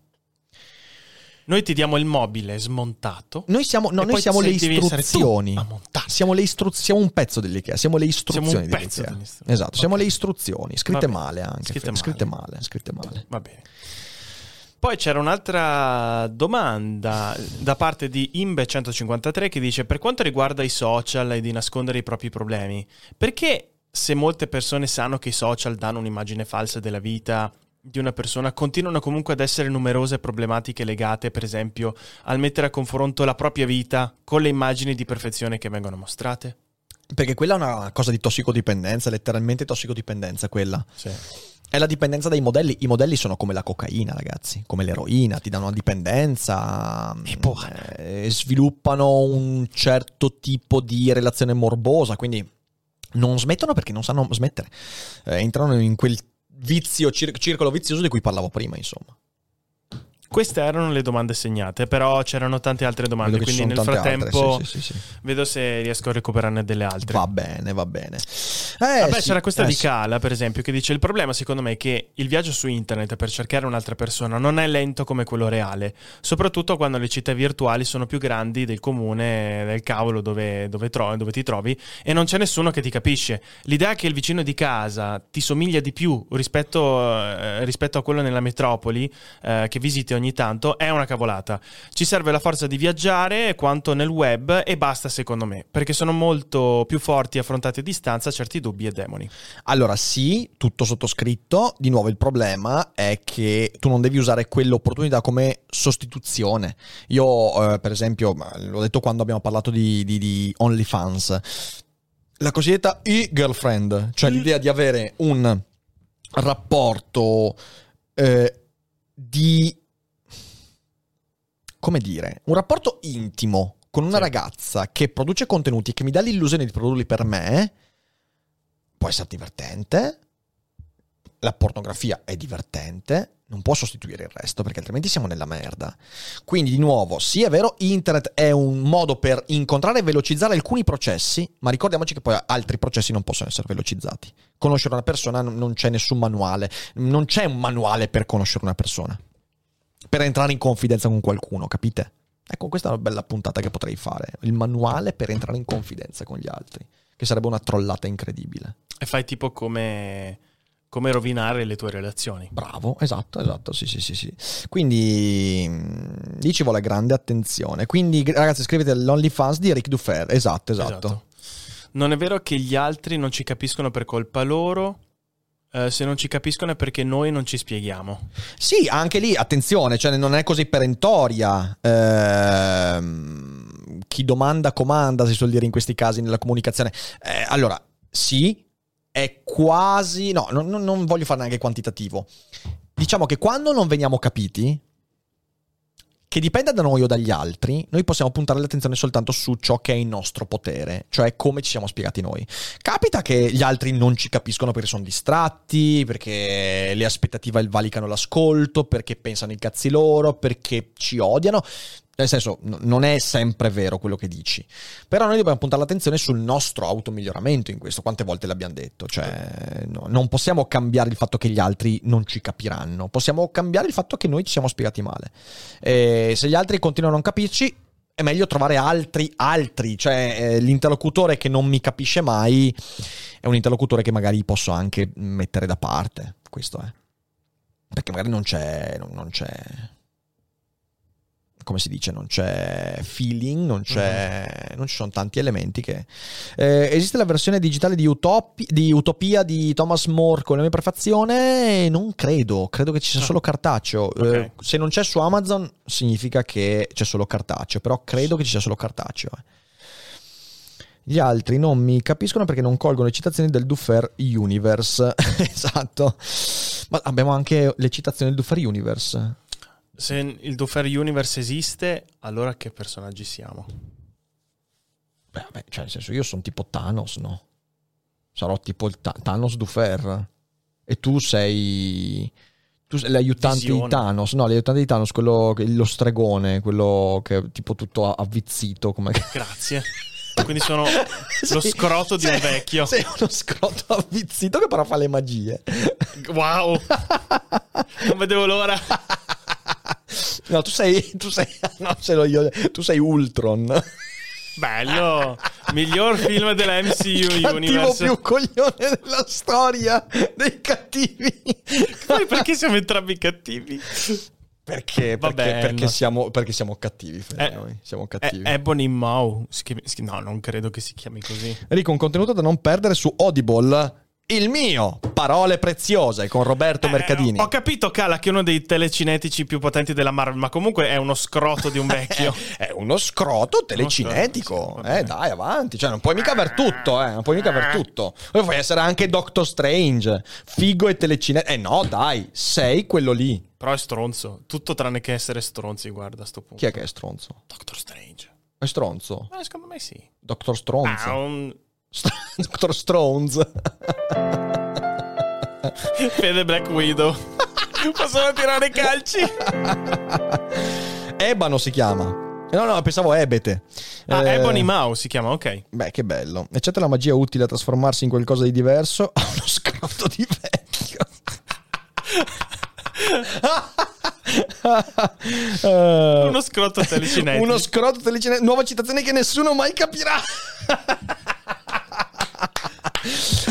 Noi ti diamo il mobile smontato. Noi siamo, no, noi siamo le istruzioni. Siamo le istruzioni. Siamo un pezzo dell'Ikea. Siamo le istruzioni siamo un dell'Ikea. Dell'istruzione. Esatto, okay. siamo le istruzioni. Scritte Va male anche. Scritte male. Scritte male. Scritte male. Va bene. Poi c'era un'altra domanda da parte di Imbe centocinquantatré che dice: per quanto riguarda i social e di nascondere i propri problemi, perché se molte persone sanno che i social danno un'immagine falsa della vita di una persona, continuano comunque ad essere numerose problematiche legate, per esempio, al mettere a confronto la propria vita con le immagini di perfezione che vengono mostrate? Perché quella è una cosa di tossicodipendenza, letteralmente tossicodipendenza quella. Sì. È la dipendenza dai modelli. I modelli sono come la cocaina, ragazzi, come l'eroina, ti danno una dipendenza e buona. Eh, sviluppano un certo tipo di relazione morbosa, quindi non smettono perché non sanno smettere. Eh, entrano in quel vizio, cir- circolo vizioso di cui parlavo prima, insomma. Queste erano le domande segnate, però c'erano tante altre domande, Vedo quindi nel frattempo altre, sì, sì, sì, sì. vedo se riesco a recuperarne delle altre. Va bene, va bene. Eh, Vabbè, sì, c'era questa eh, di sì. Cala, per esempio, che dice: il problema secondo me è che il viaggio su internet per cercare un'altra persona non è lento come quello reale, soprattutto quando le città virtuali sono più grandi del comune, del cavolo dove, dove, tro- dove ti trovi, e non c'è nessuno che ti capisce. L'idea che il vicino di casa ti somiglia di più rispetto, eh, rispetto a quello nella metropoli, eh, che visiti ogni ogni tanto è una cavolata. Ci serve la forza di viaggiare quanto nel web e basta, secondo me, perché sono molto più forti affrontati a distanza certi dubbi e demoni. Allora sì, tutto sottoscritto. Di nuovo il problema è che tu non devi usare quell'opportunità come sostituzione. Io eh, per esempio, l'ho detto quando abbiamo parlato di, di, di OnlyFans, la cosiddetta e-girlfriend, cioè mm. l'idea di avere un rapporto eh, di, come dire, un rapporto intimo con una sì. ragazza che produce contenuti e che mi dà l'illusione di produrli per me, può essere divertente. La pornografia è divertente, non può sostituire il resto perché altrimenti siamo nella merda. Quindi di nuovo, sì è vero, internet è un modo per incontrare e velocizzare alcuni processi, ma ricordiamoci che poi altri processi non possono essere velocizzati. Conoscere una persona non c'è nessun manuale, non c'è un manuale per conoscere una persona, per entrare in confidenza con qualcuno, capite? Ecco, questa è una bella puntata che potrei fare, il manuale per entrare in confidenza con gli altri, che sarebbe una trollata incredibile. E fai tipo come... come rovinare le tue relazioni. Bravo, esatto, esatto, sì, sì, sì, sì. Quindi lì ci vuole grande attenzione. Quindi ragazzi, scrivete all'OnlyFans di Ric Dufer, esatto, esatto, esatto. Non è vero che gli altri non ci capiscono per colpa loro, eh, se non ci capiscono è perché noi non ci spieghiamo. Sì, anche lì, attenzione, cioè non è così perentoria. Ehm, chi domanda comanda, si suol dire in questi casi nella comunicazione. Eh, allora, sì, è quasi... No, non, non voglio fare neanche quantitativo. Diciamo che quando non veniamo capiti, che dipenda da noi o dagli altri, noi possiamo puntare l'attenzione soltanto su ciò che è in nostro potere, cioè come ci siamo spiegati noi. Capita che gli altri non ci capiscono perché sono distratti, perché le aspettative valicano l'ascolto, perché pensano i cazzi loro, perché ci odiano. Nel senso, n- non è sempre vero quello che dici. Però noi dobbiamo puntare l'attenzione sul nostro automiglioramento in questo. Quante volte l'abbiamo detto? Cioè, no, non possiamo cambiare il fatto che gli altri non ci capiranno. Possiamo cambiare il fatto che noi ci siamo spiegati male. E se gli altri continuano a non capirci, è meglio trovare altri, altri. Cioè, eh, l'interlocutore che non mi capisce mai è un interlocutore che magari posso anche mettere da parte. Questo è. Perché magari non c'è... non, non c'è... come si dice, non c'è feeling, non c'è, uh-huh. non ci sono tanti elementi che... Eh, esiste la versione digitale di, Utopi, di Utopia di Thomas More con la mia prefazione? Non credo, credo che ci sia solo cartaceo. Okay. Eh, se non c'è su Amazon significa che c'è solo cartaceo, però credo che ci sia solo cartaceo. Eh. Gli altri non mi capiscono perché non colgono le citazioni del Duffer Universe. Esatto. Ma abbiamo anche le citazioni del Duffer Universe. Se il Duffer Universe esiste, allora che personaggi siamo? Beh, beh, cioè nel senso, io sono tipo Thanos, no? Sarò tipo il Ta- Thanos Duffer. E tu sei... tu sei l'aiutante Visione. di Thanos. No, l'aiutante di Thanos, quello, lo stregone, quello che è tipo tutto avvizzito. Come... Grazie. Quindi sono lo sì, scroto di sei, un vecchio. Sei uno scroto avvizzito che però fa le magie. Wow. Non vedevo l'ora. No, tu sei, tu sei, no, ce l'ho io, tu sei Ultron. Bello, miglior film della M C U Cattivo Universe. più coglione della storia dei cattivi. Poi perché siamo entrambi cattivi? Perché? Perché, perché, siamo, perché siamo cattivi, Fede, eh, noi siamo cattivi. Eh, Ebony Maw, no, non credo che si chiami così. Enrico, un contenuto da non perdere su Audible. Il mio, Parole preziose con Roberto eh, Mercadini. Ho capito, Cala, che è uno dei telecinetici più potenti della Marvel, ma comunque è uno scroto di un vecchio. È uno scroto telecinetico. Sì, eh, dai, avanti. Cioè, non puoi mica aver tutto, eh. Non puoi mica aver tutto. Poi puoi essere anche Doctor Strange, figo e telecinetico. Eh no, dai, sei quello lì. Però è stronzo. Tutto tranne che essere stronzi, guarda, a sto punto. Chi è che è stronzo? Doctor Strange. È stronzo? Eh, secondo me sì. Doctor Stronzo. Ah, un... Doctor Stronzo. Fede Black Widow. Possono tirare calci. Ebano si chiama. No, no, pensavo Ebete. Ah, eh, Ebony Maw si chiama, ok. Beh, che bello. Eccetto la magia utile a trasformarsi in qualcosa di diverso, ha uno scroto di vecchio. uh, uno scroto telecinetico. Uno scroto telecinetico. Nuova citazione che nessuno mai capirà.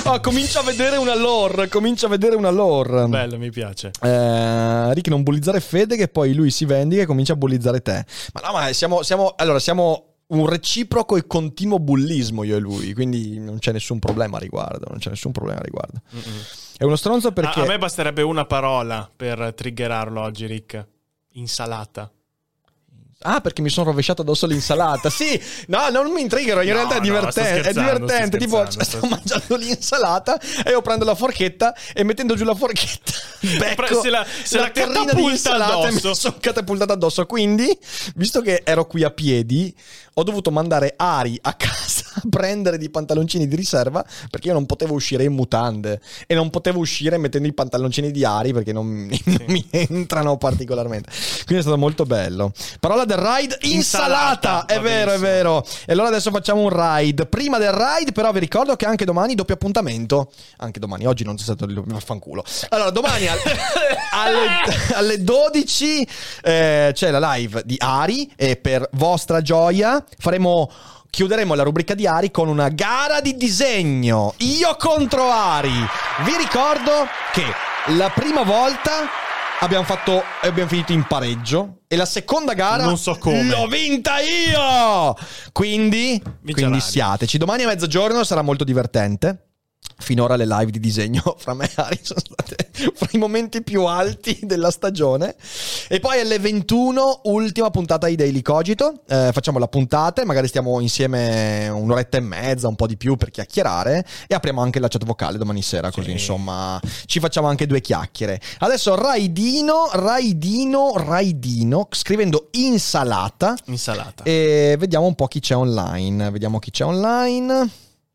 Oh, comincia a vedere una lore, comincia a vedere una lore. Bello, mi piace. Eh, Rick, non bullizzare Fede, che poi lui si vendica e comincia a bullizzare te. Ma no, ma siamo, siamo allora siamo un reciproco e continuo bullismo io e lui, quindi non c'è nessun problema a riguardo, non c'è nessun problema a riguardo. Mm-mm. È uno stronzo perché... A, a me basterebbe una parola per triggerarlo oggi, Rick. Insalata. Ah, perché mi sono rovesciato addosso l'insalata. Sì, no, non mi intrighero. In no, realtà è no, divertente. È divertente. Tipo, sto, sto mangiando l'insalata e io prendo la forchetta e mettendo giù la forchetta, becco se la, se la la terrina di insalata addosso. e mi sono catapultato addosso. Quindi, visto che ero qui a piedi, ho dovuto mandare Ari a casa a prendere dei pantaloncini di riserva, perché io non potevo uscire in mutande e non potevo uscire mettendo i pantaloncini di Ari perché non, sì. non mi entrano particolarmente. Quindi è stato molto bello. Parola del ride, insalata, insalata. È vero, benissimo. È vero. E allora adesso facciamo un ride. Prima del ride però vi ricordo che anche domani doppio appuntamento. Anche domani, oggi non c'è stato il fanculo. Allora domani al, alle, alle dodici eh, c'è la live di Ari e per vostra gioia faremo... chiuderemo la rubrica di Ari con una gara di disegno. Io contro Ari. Vi ricordo che la prima volta abbiamo fatto e abbiamo finito in pareggio e la seconda gara non so come l'ho vinta io. Quindi, quindi Ari. siateci. Domani a mezzogiorno sarà molto divertente. Finora le live di disegno fra me e Ari sono state fra i momenti più alti della stagione. E poi alle ventuno ultima puntata di Daily Cogito. eh, Facciamo la puntata e magari stiamo insieme un'oretta e mezza, un po' di più per chiacchierare. E apriamo anche la chat vocale domani sera, così sì. Insomma ci facciamo anche due chiacchiere. Adesso Raidino, Raidino, Raidino scrivendo insalata Insalata. E vediamo un po' chi c'è online. Vediamo chi c'è online.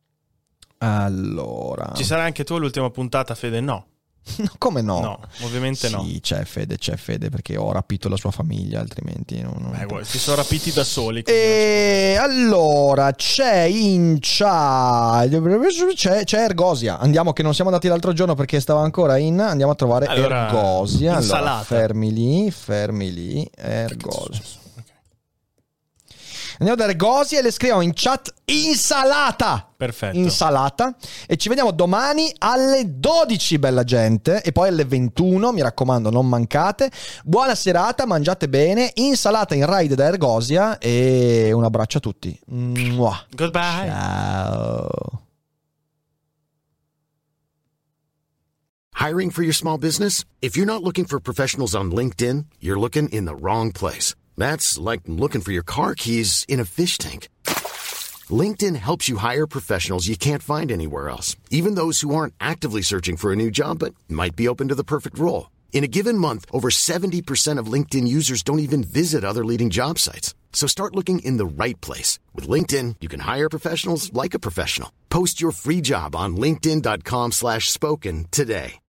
Allora, ci sarà anche tu l'ultima puntata, Fede? No. Come no? No, ovviamente sì, no. Sì, c'è Fede, c'è Fede, perché ho rapito la sua famiglia, altrimenti non... non... Beh, guarda, si sono rapiti da soli. E allora, c'è in chat... C'è, c'è Ergosia. Andiamo, che non siamo andati l'altro giorno perché stava ancora in... Andiamo a trovare allora, Ergosia. Insalata. Allora, fermi lì, fermi lì, Ergosia. Andiamo da Ergosia e le scriviamo in chat insalata. Perfetto. Insalata. E ci vediamo domani alle dodici, bella gente. E poi alle ventuno, mi raccomando, non mancate. Buona serata, mangiate bene. Insalata in ride da Ergosia. E un abbraccio a tutti. Mua. Goodbye. Ciao. Hiring for your small business? If you're not looking for professionals on LinkedIn, you're looking in the wrong place. That's like looking for your car keys in a fish tank. LinkedIn helps you hire professionals you can't find anywhere else, even those who aren't actively searching for a new job but might be open to the perfect role. In a given month, over seventy percent of LinkedIn users don't even visit other leading job sites. So start looking in the right place. With LinkedIn, you can hire professionals like a professional. Post your free job on linkedin dot com slash spoken today.